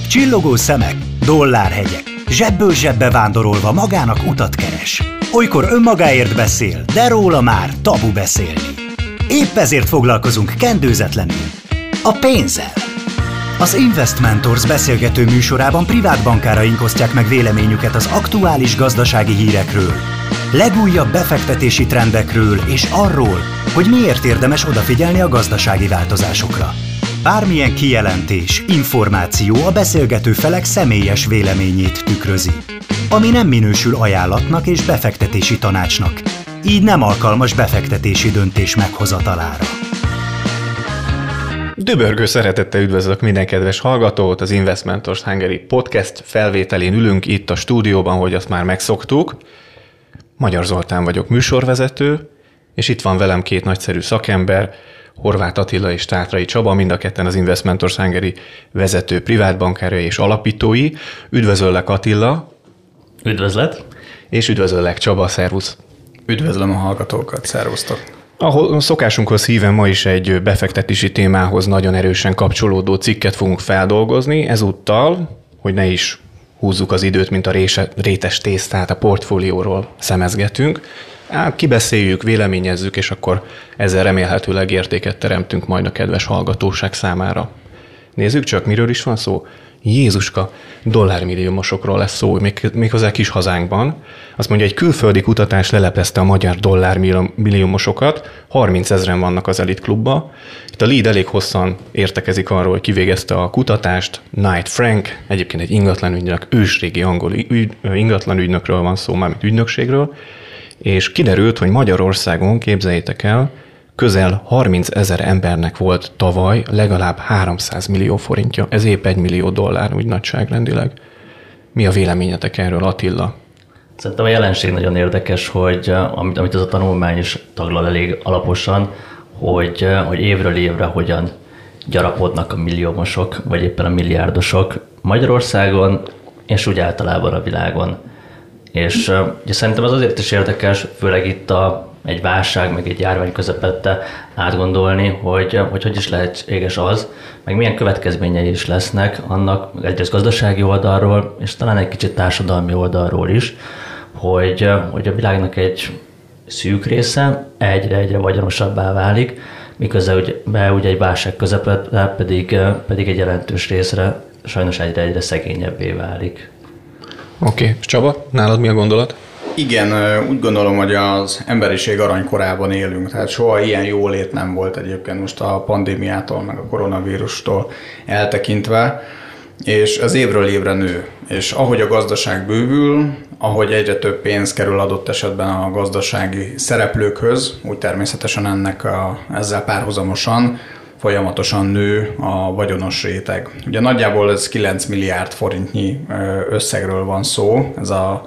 Csillogó szemek, dollárhegyek, zsebből zsebbe vándorolva magának utat keres. Olykor önmagáért beszél, de róla már tabu beszélni. Épp ezért foglalkozunk kendőzetlenül a pénzzel. Az Investmentors beszélgető műsorában privát bankáraink osztják meg véleményüket az aktuális gazdasági hírekről, legújabb befektetési trendekről és arról, hogy miért érdemes odafigyelni a gazdasági változásokra. Bármilyen kijelentés, információ a beszélgető felek személyes véleményét tükrözi, ami nem minősül ajánlatnak és befektetési tanácsnak, így nem alkalmas befektetési döntés meghozatalára. Dübörgő szeretettel üdvözlök minden kedves hallgatót, az Investmentors Hungary podcast felvételén ülünk itt a stúdióban, hogy azt már megszoktuk. Magyar Zoltán vagyok, műsorvezető, és itt van velem két nagyszerű szakember, Horváth Attila és Tátrai Csaba, mind a ketten az Investmentors Hungary vezető privátbankárjai és alapítói. Üdvözöllek Attila. Üdvözlet. És üdvözöllek Csaba, szervusz. Üdvözlöm a hallgatókat, szervusztok. A szokásunkhoz híven ma is egy befektetési témához nagyon erősen kapcsolódó cikket fogunk feldolgozni, ezúttal, hogy ne is húzzuk az időt, mint a rétes tésztát, a portfólióról szemezgetünk. Kibeszéljük, véleményezzük, és akkor ezzel remélhetőleg értéket teremtünk majd a kedves hallgatóság számára. Nézzük csak, miről is van szó. Jézuska, dollármilliómosokról lesz szó, méghozzá kis hazánkban. Azt mondja, egy külföldi kutatás leleplezte a magyar dollármilliómosokat, 30 000-en vannak az Elite Klubba. Itt a lead elég hosszan értekezik arról, hogy kivégezte a kutatást. Knight Frank, egyébként egy ingatlanügynök, ősrégi angol ingatlanügynökről van szó, mármint ügynökségről, és kiderült, hogy Magyarországon, képzeljétek el, közel 30 000 embernek volt tavaly legalább 300 millió forintja. Ez épp $1 millió, úgy nagyságrendileg. Mi a véleményetek erről, Attila? Szerintem a jelenség nagyon érdekes, hogy amit ez a tanulmány is taglal elég alaposan, hogy évről évre hogyan gyarapodnak a milliómosok, vagy éppen a milliárdosok Magyarországon, és úgy általában a világon. És ugye szerintem ez azért is érdekes, főleg itt egy válság, meg egy járvány közepette átgondolni, hogy is lehetséges az, meg milyen következményei is lesznek annak, egyrészt gazdasági oldalról, és talán egy kicsit társadalmi oldalról is, hogy a világnak egy szűk része egyre vagyonosabbá válik, miközben ugye egy válság közepette pedig egy jelentős részre sajnos egyre szegényebbé válik. Oké. Csaba, nálad mi a gondolat? Igen, úgy gondolom, hogy az emberiség aranykorában élünk, tehát soha ilyen jólét nem volt egyébként most a pandémiától, meg a koronavírustól eltekintve, és ez évről évre nő. És ahogy a gazdaság bővül, ahogy egyre több pénz kerül adott esetben a gazdasági szereplőkhöz, úgy természetesen ezzel párhuzamosan folyamatosan nő a vagyonos réteg. Ugye nagyjából ez 9 milliárd forintnyi összegről van szó, ez a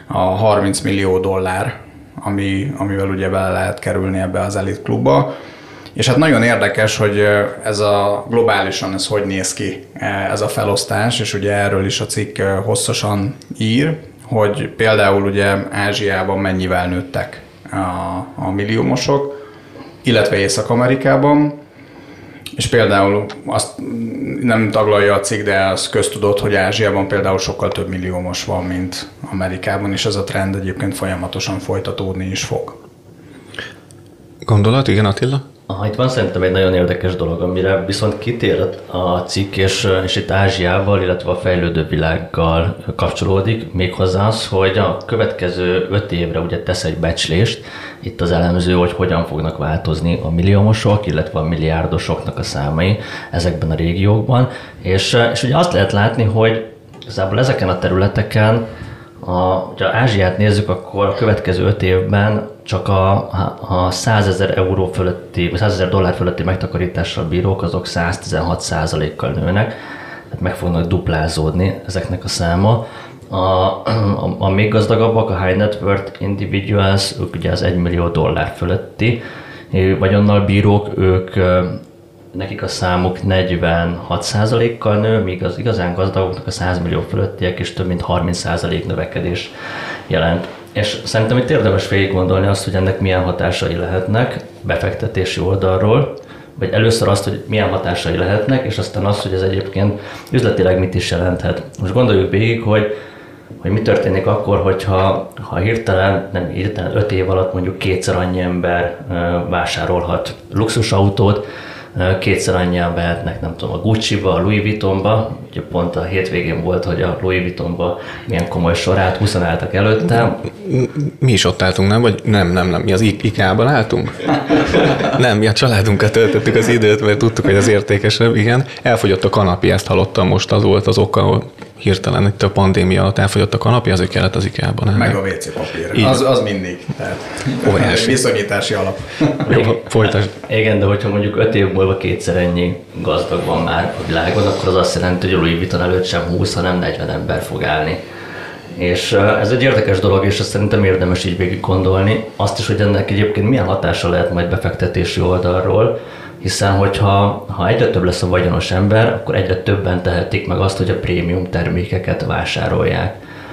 30 millió dollár, amivel ugye bele lehet kerülni ebbe az Elite Klubba. És hát nagyon érdekes, hogy globálisan ez hogy néz ki, ez a felosztás, és ugye erről is a cikk hosszasan ír, hogy például ugye Ázsiában mennyivel nőttek a milliómosok, illetve Észak-Amerikában. És például azt nem taglalja a cikk, de az köztudott, hogy Ázsiában például sokkal több milliómos van, mint Amerikában, és ez a trend egyébként folyamatosan folytatódni is fog. Gondolat? Igen, Attila? Itt van szerintem egy nagyon érdekes dolog, amire viszont kitér a cikk, és itt Ázsiával, illetve a fejlődő világgal kapcsolódik, méghozzá az, hogy a következő 5 évre ugye tesz egy becslést, itt az elemző, hogy hogyan fognak változni a milliómosok, illetve a milliárdosoknak a számai ezekben a régiókban, és ugye azt lehet látni, hogy igazából ezeken a területeken, ha Ázsiát nézzük, akkor a következő 5 évben csak a 100 000 euró fölötti, vagy 100 000 dollár fölötti megtakarítással bírók, azok 116%-kal nőnek, tehát meg fognak duplázódni ezeknek a száma. A még gazdagabbak, a high net worth individuals, ők ugye az $1 millió fölötti vagyonnal bírók, nekik a számuk 46%-kal nő, míg az igazán gazdagoknak a 100 millió fölöttiek is több mint 30% növekedés jelent. És szerintem itt érdemes végig gondolni azt, hogy ennek milyen hatásai lehetnek befektetési oldalról, vagy először azt, hogy milyen hatásai lehetnek, és aztán azt, hogy ez egyébként üzletileg mit is jelenthet. Most gondoljuk végig, hogy mi történik akkor, hogyha hirtelen 5 év alatt mondjuk kétszer annyi ember vásárolhat luxusautót, kétszer annyian vehetnek, nem tudom, a Gucci-ba, a Louis Vuittonba. Ugye pont a hétvégén volt, hogy a Louis Vuittonba milyen komoly sorát, 20 álltak előtte. Mi is ott álltunk, nem? Vagy nem. Mi az IKEA-ban álltunk? Nem, mi a családunkat töltöttük az időt, mert tudtuk, hogy az értékesebb, igen. Elfogyott a kanapé, ezt hallottam most, az volt az oka, hirtelen itt a pandémia alatt elfogyott a kanapé, azért kellett az IKEA-ban állni. Meg a WC papír. Az mindig. Tehát viszonyítási alap. Jó, folytasd. Igen, de hogyha mondjuk 5 év múlva kétszer ennyi gazdag van már a világon, akkor az azt jelenti, hogy a Louis Vuitton előtt sem 20, hanem 40 ember fog állni. És ez egy érdekes dolog, és azt szerintem érdemes így végig gondolni. Azt is, hogy ennek egyébként milyen hatása lehet majd befektetési oldalról, hiszen hogyha egyre több lesz a vagyonos ember, akkor egyre többen tehetik meg azt, hogy a prémium termékeket vásárolják.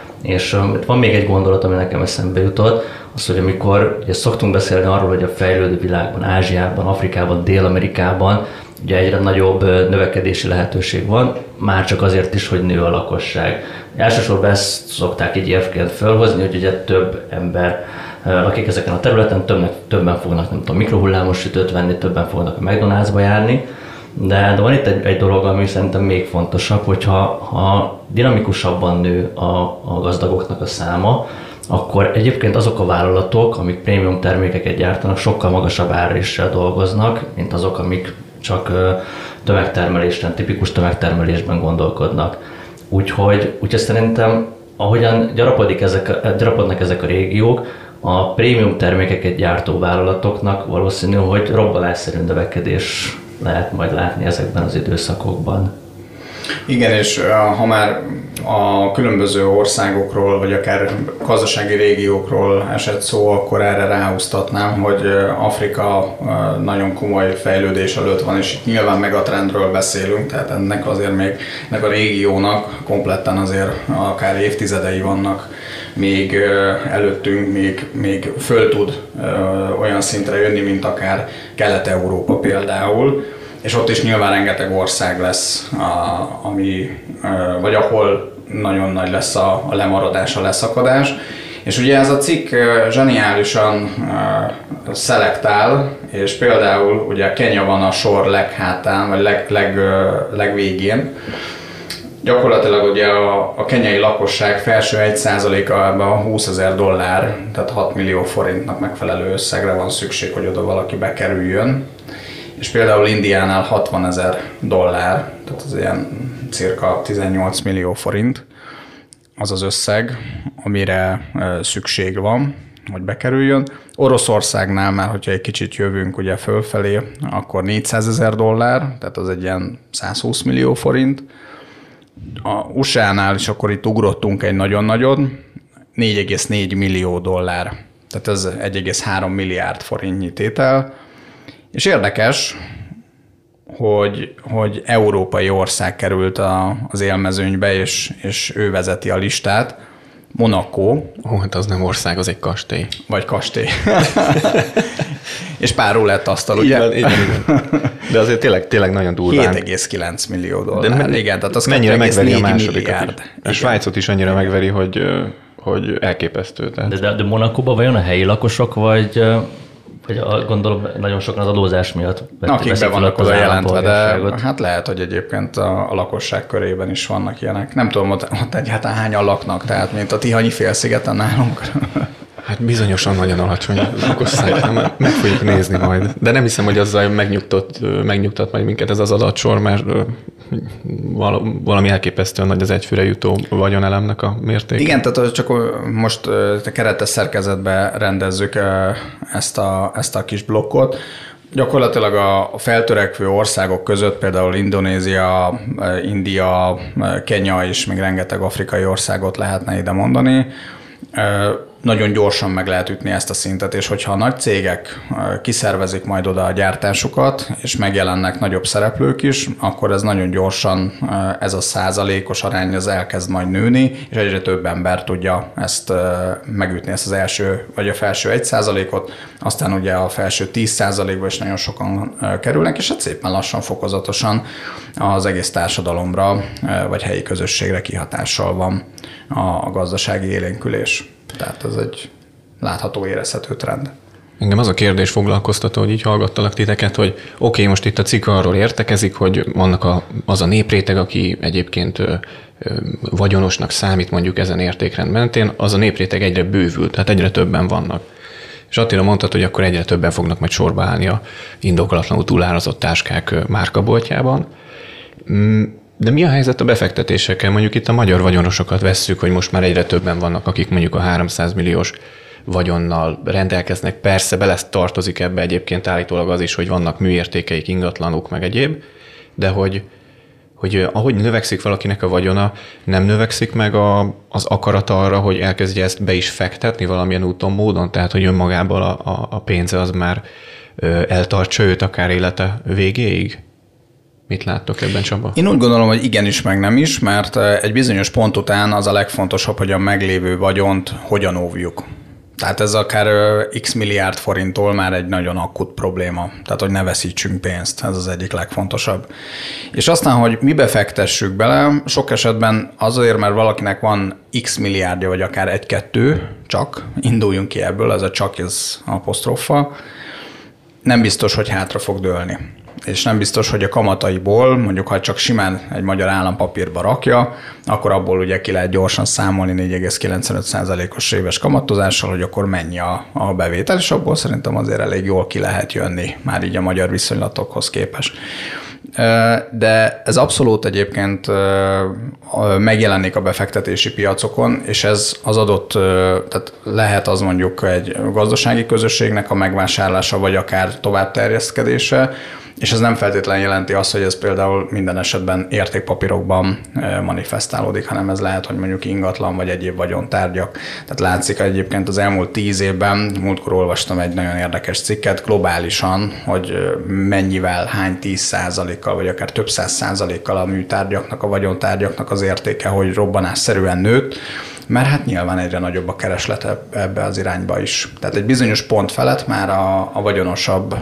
És van még egy gondolat, ami nekem eszembe jutott, az, hogy amikor ugye szoktunk beszélni arról, hogy a fejlődő világban, Ázsiában, Afrikában, Dél-Amerikában ugye egyre nagyobb növekedési lehetőség van, már csak azért is, hogy nő a lakosság. Elsősorban ezt szokták így érvként felhozni, hogy ugye több ember lakik ezeken a területen, többen fognak, nem tudom, mikrohullámos sütőt venni, többen fognak a McDonald'sba járni, de van itt egy dolog, ami szerintem még fontosabb, hogyha dinamikusabban nő a gazdagoknak a száma, akkor egyébként azok a vállalatok, amik prémium termékeket gyártanak, sokkal magasabb áréssel dolgoznak, mint azok, amik csak tömegtermelésben, tipikus tömegtermelésben gondolkodnak. Úgyhogy szerintem, ahogyan gyarapodnak ezek a régiók, a prémium termékeket gyártó vállalatoknak valószínű, hogy robbanásszerű növekedés lehet majd látni ezekben az időszakokban. Igen, és ha már a különböző országokról, vagy akár gazdasági régiókról esett szó, akkor erre ráhúztatnám, hogy Afrika nagyon komoly fejlődés előtt van, és itt nyilván megatrendről beszélünk, tehát ennek azért még a régiónak kompletten azért akár évtizedei vannak még előttünk, még föl tud olyan szintre jönni, mint akár Kelet-Európa például, és ott is nyilván rengeteg ország lesz, vagy ahol nagyon nagy lesz a lemaradás, a leszakadás. És ugye ez a cikk zseniálisan szelektál, és például ugye Kenya van a sor leghátán, vagy legvégén. Gyakorlatilag ugye a kenyai lakosság felső 1%-ában $20,000, tehát 6 millió forintnak megfelelő összegre van szükség, hogy oda valaki bekerüljön. És például Indiánál $60,000, tehát az ilyen cirka 18 millió forint az az összeg, amire szükség van, hogy bekerüljön. Oroszországnál már, hogyha egy kicsit jövünk ugye fölfelé, akkor $400,000, tehát az egy ilyen 120 millió forint. A USA-nál is akkor itt ugrottunk egy nagyon-nagyot, $4,4 millió, tehát ez 1,3 milliárd forintnyi tétel. És érdekes, hogy európai ország került az élmezőnybe, és ő vezeti a listát, Monaco. Hát az nem ország, az egy kastély. Vagy kastély. És pár rulett asztal, ugye? Igen. De azért tényleg nagyon durván. $7,9 millió. De igen, tehát az mennyire megveri a másodikat milliárd. A Svájcot is annyira megveri, hogy elképesztő. De Monacóban vajon a helyi lakosok, vagy gondolom nagyon sokan az adózás miatt akik be vannak oda jelentve, de hát lehet, hogy egyébként a lakosság körében is vannak ilyenek. Nem tudom, ott egyáltalán hányan laknak, tehát mint a Tihanyi félszigeten nálunk. Hát bizonyosan nagyon alacsony az lakosság, meg fogjuk nézni majd. De nem hiszem, hogy azzal megnyugtat majd minket ez az adatsor, mert valami elképesztően nagy az egyfőre jutó vagyonelemnek a mértéke. Igen, tehát csak most keretes szerkezetbe rendezzük ezt a kis blokkot. Gyakorlatilag a feltörekvő országok között, például Indonézia, India, Kenya és még rengeteg afrikai országot lehetne ide mondani. nagyon gyorsan meg lehet ütni ezt a szintet, és hogyha a nagy cégek kiszervezik majd oda a gyártásukat, és megjelennek nagyobb szereplők is, akkor ez nagyon gyorsan, ez a százalékos arány az elkezd majd nőni, és egyre több ember tudja ezt megütni, ezt az első, vagy a felső 1%-ot, aztán ugye a felső 10%-ba is nagyon sokan kerülnek, és hát szépen lassan, fokozatosan az egész társadalomra, vagy helyi közösségre kihatással van a gazdasági élénkülés. Tehát ez egy látható, érezhető trend. Engem az a kérdés foglalkoztató, hogy így hallgattalak titeket, hogy oké, most itt a cikk arról értekezik, hogy vannak az a népréteg, aki egyébként vagyonosnak számít mondjuk ezen értékrend mentén, az a népréteg egyre bővül, tehát egyre többen vannak. És Attila mondtad, hogy akkor egyre többen fognak majd sorba állni a indokolatlanul túlárazott táskák márkaboltjában. De mi a helyzet a befektetésekkel? Mondjuk itt a magyar vagyonosokat vesszük, hogy most már egyre többen vannak, akik mondjuk a 300 milliós vagyonnal rendelkeznek. Persze bele tartozik ebbe egyébként állítólag az is, hogy vannak műértékeik, ingatlanok, meg egyéb, de hogy ahogy növekszik valakinek a vagyona, nem növekszik meg az akarata arra, hogy elkezdje ezt be is fektetni valamilyen úton, módon, tehát hogy önmagában a pénze az már eltartsa őt akár élete végéig? Mit láttok ebben, Csaba? Én úgy gondolom, hogy igenis, meg nem is, mert egy bizonyos pont után az a legfontosabb, hogy a meglévő vagyont hogyan óvjuk. Tehát ez akár x milliárd forinttól már egy nagyon akut probléma. Tehát, hogy ne veszítsünk pénzt, ez az egyik legfontosabb. És aztán, hogy mibe fektessük bele, sok esetben azért, mert valakinek van x milliárdja, vagy akár 1-2, csak, induljunk ki ebből, ez a csak, ez aposztrofa, nem biztos, hogy hátra fog dőlni. És nem biztos, hogy a kamataiból, mondjuk ha csak simán egy magyar állampapírba rakja, akkor abból ugye ki lehet gyorsan számolni 4,95%-os éves kamatozással, hogy akkor mennyi a bevétel, és abból szerintem azért elég jól ki lehet jönni, már így a magyar viszonylatokhoz képest. De ez abszolút egyébként megjelenik a befektetési piacokon, és ez az adott, tehát lehet az mondjuk egy gazdasági közösségnek a megvásárlása, vagy akár továbbterjeszkedése, és ez nem feltétlenül jelenti azt, hogy ez például minden esetben értékpapírokban manifestálódik, hanem ez lehet, hogy mondjuk ingatlan vagy egyéb vagyontárgyak. Tehát látszik egyébként az elmúlt 10 évben, múltkor olvastam egy nagyon érdekes cikket globálisan, hogy mennyivel, hány 10%-kal, vagy akár több 100%-kal a műtárgyaknak, a vagyontárgyaknak az értéke, hogy robbanásszerűen nőtt, mert hát nyilván egyre nagyobb a kereslet ebbe az irányba is. Tehát egy bizonyos pont felett már a vagyonosabb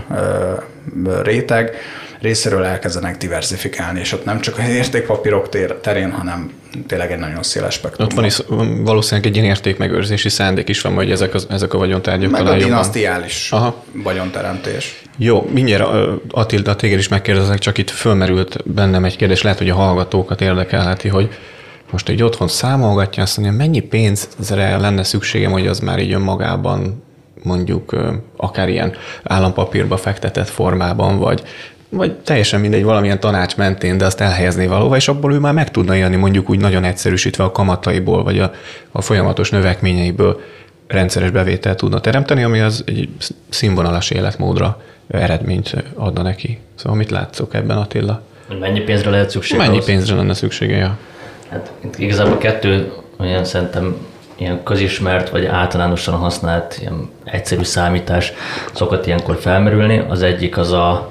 réteg részéről elkezdenek diversifikálni, és ott nem csak az értékpapírok terén, hanem tényleg egy nagyon széles spektrum. Ott van is valószínűleg egy ilyen értékmegőrzési szándék is van, hogy ezek a vagyontárgyak meg talán a dinasztiális vagyonteremtés. Jó, mindjárt Attila, téged is megkérdezek, csak itt fölmerült bennem egy kérdés, lehet, hogy a hallgatókat érdekelheti, hogy most egy otthon számolgatja, azt mondja, mennyi pénzre lenne szükségem, hogy az már így önmagában mondjuk akár ilyen állampapírba fektetett formában, vagy teljesen mindegy, valamilyen tanács mentén, de azt elhelyezni valóva, és abból ő már meg tudna élni mondjuk úgy nagyon egyszerűsítve a kamataiból, vagy a folyamatos növekményeiből rendszeres bevételt tudna teremteni, ami az egy színvonalas életmódra eredményt adna neki. Szóval mit látszok ebben, Attila? Mennyi pénzre lehet szüksége? Mennyi pénzre lenne szüksége, ja. Hát igazából 2 olyan szerintem ilyen közismert, vagy általánosan használt ilyen egyszerű számítás szokott ilyenkor felmerülni. Az egyik az a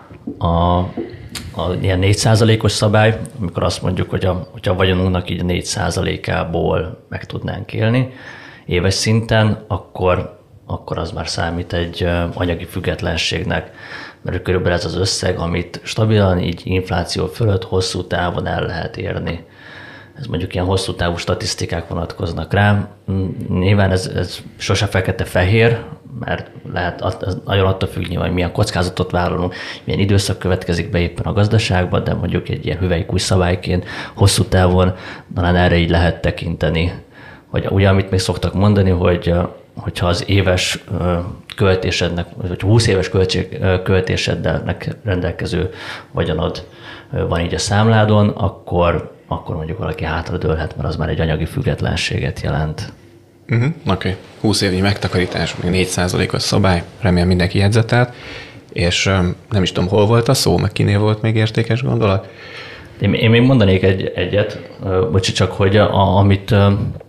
ilyen 4%-os szabály, amikor azt mondjuk, hogy a vagyonunknak így 4%-ából meg tudnánk élni éves szinten, akkor az már számít egy anyagi függetlenségnek, mert körülbelül ez az összeg, amit stabilan így infláció fölött hosszú távon el lehet érni. Ez mondjuk ilyen hosszú távú statisztikák vonatkoznak rá. Nyilván ez sose fekete-fehér, mert lehet nagyon attól függ nyilván, hogy milyen kockázatot vállalunk, milyen időszak következik be éppen a gazdaságban, de mondjuk egy ilyen hüvelykúj szabályként hosszú távon talán erre így lehet tekinteni. Hogy ugye, amit még szoktak mondani, hogyha az éves költésednek, vagy 20 éves költésednek rendelkező vagyonod van így a számládon, akkor mondjuk valaki hátradőlhet, mert az már egy anyagi függetlenséget jelent. Oké. 20 évnyi megtakarítás, még 4%-os szabály, remélem mindenki jegyzetelt, és nem is tudom, hol volt a szó, meg kinél volt még értékes gondolat? Én még mondanék egyet, csak hogy amit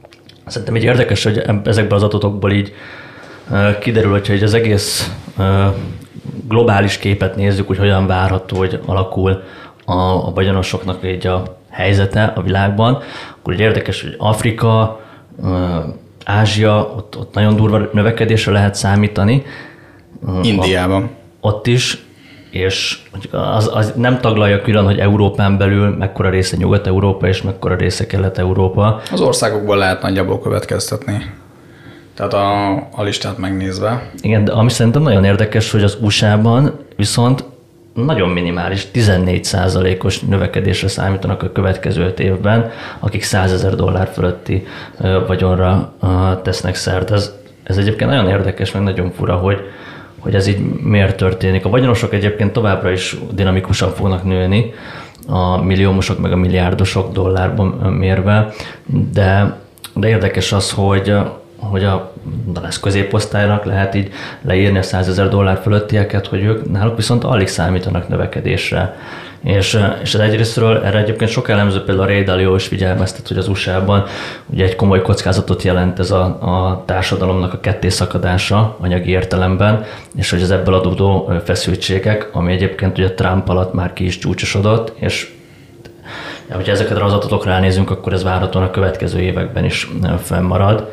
Szerintem így érdekes, hogy ezekben az adatokból így kiderül, hogy az egész globális képet nézzük, hogy hogyan várható, hogy alakul a vagyonosoknak így a helyzete a világban, akkor így érdekes, hogy Afrika, Ázsia, ott nagyon durva növekedésre lehet számítani. Indiában. Ott is, és az nem taglalja külön, hogy Európán belül mekkora része Nyugat-Európa és mekkora része Kelet-Európa. Az országokból lehet nagyjából következtetni. Tehát a listát megnézve. Igen, de ami szerintem nagyon érdekes, hogy az USA-ban viszont nagyon minimális, 14%-os növekedésre számítanak a következő 5 évben, akik $100,000 fölötti vagyonra tesznek szert. Ez egyébként nagyon érdekes, meg nagyon fura, hogy ez így miért történik. A vagyonosok egyébként továbbra is dinamikusan fognak nőni, a milliómosok meg a milliárdosok dollárban mérve, de érdekes az, hogy a ez középosztálynak lehet így leírni a $100,000 fölöttieket, hogy ők náluk viszont alig számítanak növekedésre. És az egyrésztről erre egyébként sok elemző, például a Ray Dalio is figyelmeztet, hogy az USA-ban ugye egy komoly kockázatot jelent ez a társadalomnak a kettészakadása anyagi értelemben, és hogy az ebből adódó feszültségek, ami egyébként ugye Trump alatt már ki is csúcsosodott, és hogyha ezeket az adatokra ránézünk, akkor ez várhatóan a következő években is fennmarad.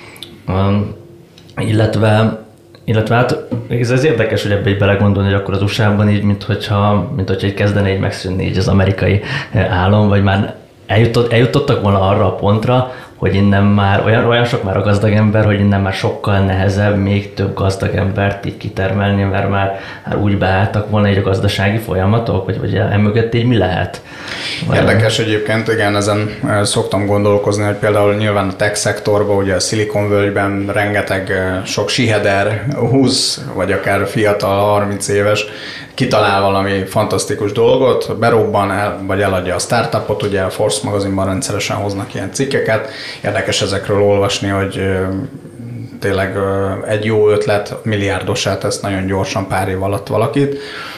Illetve hát ez érdekes, hogy ebbe így belegondolni, hogy akkor az USA-ban így, mint hogyha így kezdene így megszűnni így az amerikai állam, vagy már eljutottak volna arra a pontra, hogy innen már olyan sok már a gazdag ember, hogy innen már sokkal nehezebb még több gazdag embert így kitermelni, mert már úgy beálltak volna így a gazdasági folyamatok, vagy emögött így mi lehet? Érdekes egyébként, igen, ezen szoktam gondolkozni, hogy például nyilván a tech szektorban, ugye a Silicon völgyben rengeteg sok siheder, 20 vagy akár fiatal, 30 éves kitalál valami fantasztikus dolgot, berobban vagy eladja a startupot, ugye a Force magazinban rendszeresen hoznak ilyen cikkeket. Érdekes ezekről olvasni, hogy tényleg egy jó ötlet milliárdosát tesz nagyon gyorsan pár év alatt valakit.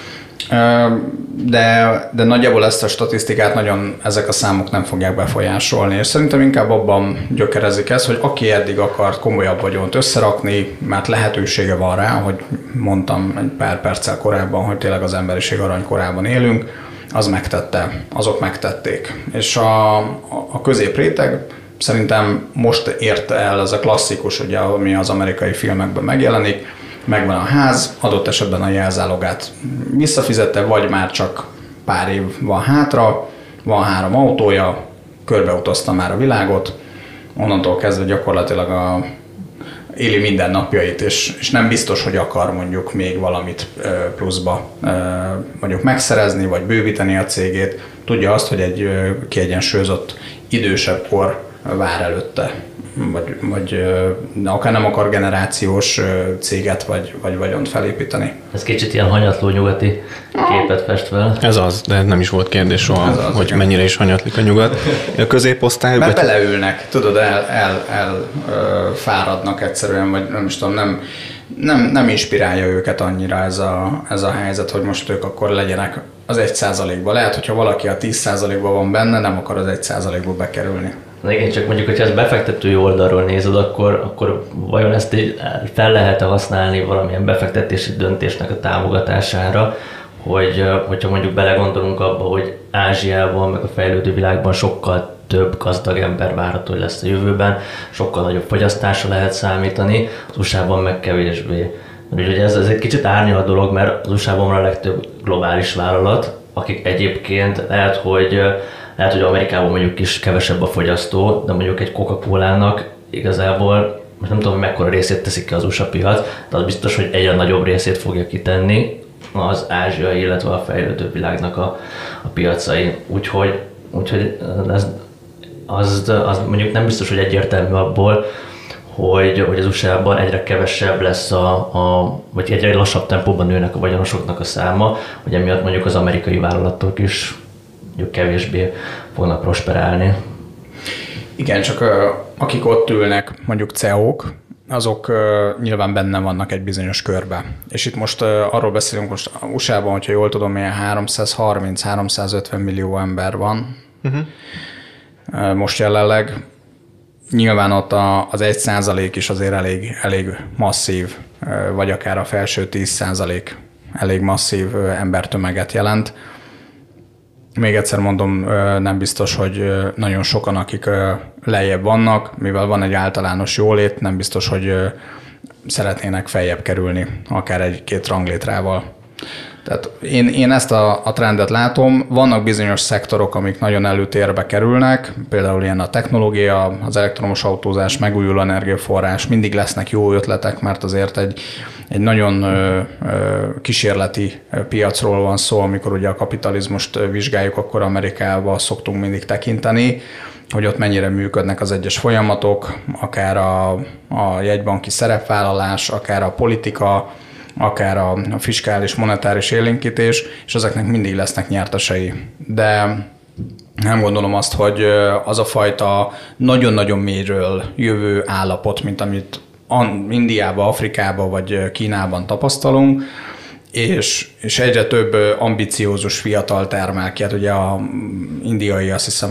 De nagyjából ezt a statisztikát nagyon ezek a számok nem fogják befolyásolni, és szerintem inkább abban gyökerezik ez, hogy aki eddig akart komolyabb vagyont összerakni, mert lehetősége van rá, hogy mondtam egy pár perccel korábban, hogy tényleg az emberiség aranykorában élünk, az megtette, azok megtették. És a középréteg szerintem most érte el ez a klasszikus, ugye, ami az amerikai filmekben megjelenik, megvan a ház, adott esetben a jelzálogát visszafizette, vagy már csak pár év van hátra, van 3 autója, körbeutazta már a világot, onnantól kezdve gyakorlatilag éli minden napjait, és nem biztos, hogy akar mondjuk még valamit pluszba mondjuk megszerezni, vagy bővíteni a cégét. Tudja azt, hogy egy kiegyensúlyozott idősebb kor vár előtte, vagy akár nem akar generációs céget vagy vagyont felépíteni. Ez kicsit ilyen hanyatló nyugati képet fest fel. Ez az, de nem is volt kérdés soha, hogy igen, mennyire is hanyatlik a nyugat. A középosztály... Mert beleülnek, tudod, fáradnak egyszerűen, vagy nem is tudom, nem inspirálja őket annyira ez a helyzet, hogy most ők akkor legyenek az 1%-ban. Lehet, hogyha valaki a 10%-ban van benne, nem akar az 1%-ba bekerülni. Na igen, csak mondjuk, hogyha ezt befektetői oldalról nézed, akkor vajon ezt fel lehet-e használni valamilyen befektetési döntésnek a támogatására, hogyha mondjuk belegondolunk abba, hogy Ázsiában, meg a fejlődő világban sokkal több gazdag ember várható, hogy lesz a jövőben, sokkal nagyobb fogyasztásra lehet számítani, az USA-ban meg kevésbé. Úgyhogy ez egy kicsit árnyal a dolog, mert az USA-ban van a legtöbb globális vállalat, akik egyébként lehet, hogy Amerikában mondjuk is kevesebb a fogyasztó, de mondjuk egy Coca-Colának igazából, most nem tudom, hogy mekkora részét teszik ki az USA piac, de az biztos, hogy egyre nagyobb részét fogja kitenni az ázsiai, illetve a fejlődő világnak a piacai. Úgyhogy az mondjuk nem biztos, hogy egyértelmű abból, hogy az USA-ban egyre kevesebb lesz vagy egyre lassabb tempóban nőnek a vagyonosoknak a száma, hogy emiatt mondjuk az amerikai vállalatok is kevésbé fognak prosperálni. Igen, csak akik ott ülnek, mondjuk CEO-k, azok nyilván benne vannak egy bizonyos körbe. És itt most arról beszélünk most USA-ban, hogyha jól tudom, ilyen 330-350 millió ember van most jelenleg, nyilván ott az 1% is azért elég masszív, vagy akár a felső 10% elég masszív embertömeget jelent. Még egyszer mondom, nem biztos, hogy nagyon sokan, akik lejjebb vannak, mivel van egy általános jólét, nem biztos, hogy szeretnének feljebb kerülni, akár egy-két ranglétrával. Tehát én ezt a trendet látom. Vannak bizonyos szektorok, amik nagyon előtérbe kerülnek, például ilyen a technológia, az elektromos autózás, megújuló energiaforrás, mindig lesznek jó ötletek, mert azért egy nagyon kísérleti piacról van szó, amikor ugye a kapitalizmust vizsgáljuk, akkor Amerikába szoktunk mindig tekinteni, hogy ott mennyire működnek az egyes folyamatok, akár a jegybanki szerepvállalás, akár a politika, akár a fiskális, monetáris élénkítés, és ezeknek mindig lesznek nyertesei. De nem gondolom azt, hogy az a fajta nagyon-nagyon mélyről jövő állapot, mint amit Indiában, Afrikában vagy Kínában tapasztalunk, és egyre több ambiciózus fiatal termel ki. Hát ugye a indiai, azt hiszem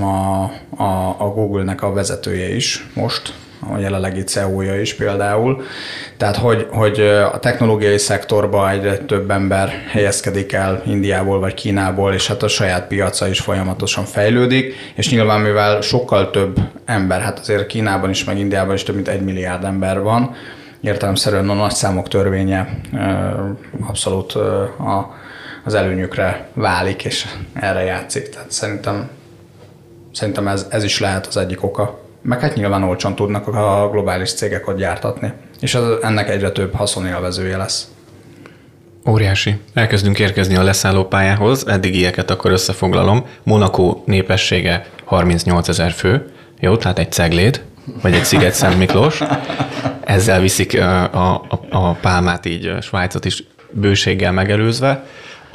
a Google-nek a vezetője is most, a jelenlegi CEO-ja is például. Tehát, hogy a technológiai szektorban egyre több ember helyezkedik el Indiából vagy Kínából, és hát a saját piaca is folyamatosan fejlődik, és nyilván mivel sokkal több ember, hát azért Kínában is, meg Indiában is több mint 1 milliárd ember van, értelemszerűen a nagyszámok törvénye abszolút az előnyükre válik, és erre játszik. Tehát szerintem ez is lehet az egyik oka. Meg hát nyilván olcsón tudnak a globális cégek ott gyártatni, és ennek egyre több haszonélvezője lesz. Óriási. Elkezdünk érkezni a leszállópályához, eddigieket akkor összefoglalom. Monaco népessége 38 000 fő, jó, tehát egy Cegléd, vagy egy Sziget-Szent Miklós. Ezzel viszik a pálmát így Svájcot is bőséggel megelőzve.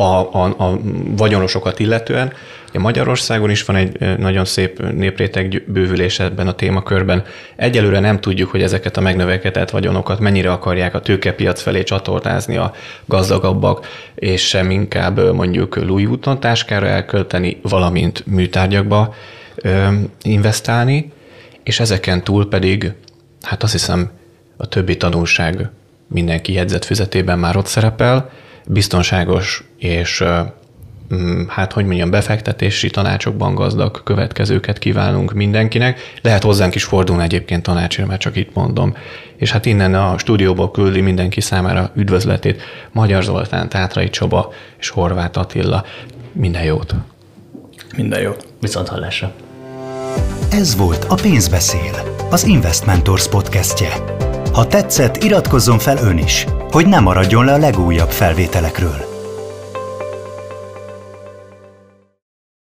A vagyonosokat illetően. Magyarországon is van egy nagyon szép népréteg bővülés ebben a témakörben. Egyelőre nem tudjuk, hogy ezeket a megnövekedett vagyonokat mennyire akarják a tőkepiac felé csatornázni a gazdagabbak, és sem inkább mondjuk Louis Vuitton táskára elkölteni, valamint műtárgyakba investálni, és ezeken túl pedig, hát azt hiszem, a többi tanulság mindenki jegyzetfüzetében már ott szerepel, biztonságos és hát hogy mondjam, befektetési tanácsokban gazdag következőket kívánunk mindenkinek. Lehet hozzánk is fordulni egyébként tanácsért, mert csak itt mondom. És hát innen a stúdióból küldi mindenki számára üdvözletét Magyar Zoltán, Tátrai Csaba és Horváth Attila. Minden jót! Minden jót! Viszonthallásra! Ez volt a Pénzbeszél, az Investmentors podcastje. Ha tetszett, iratkozzon fel ön is, hogy ne maradjon le a legújabb felvételekről.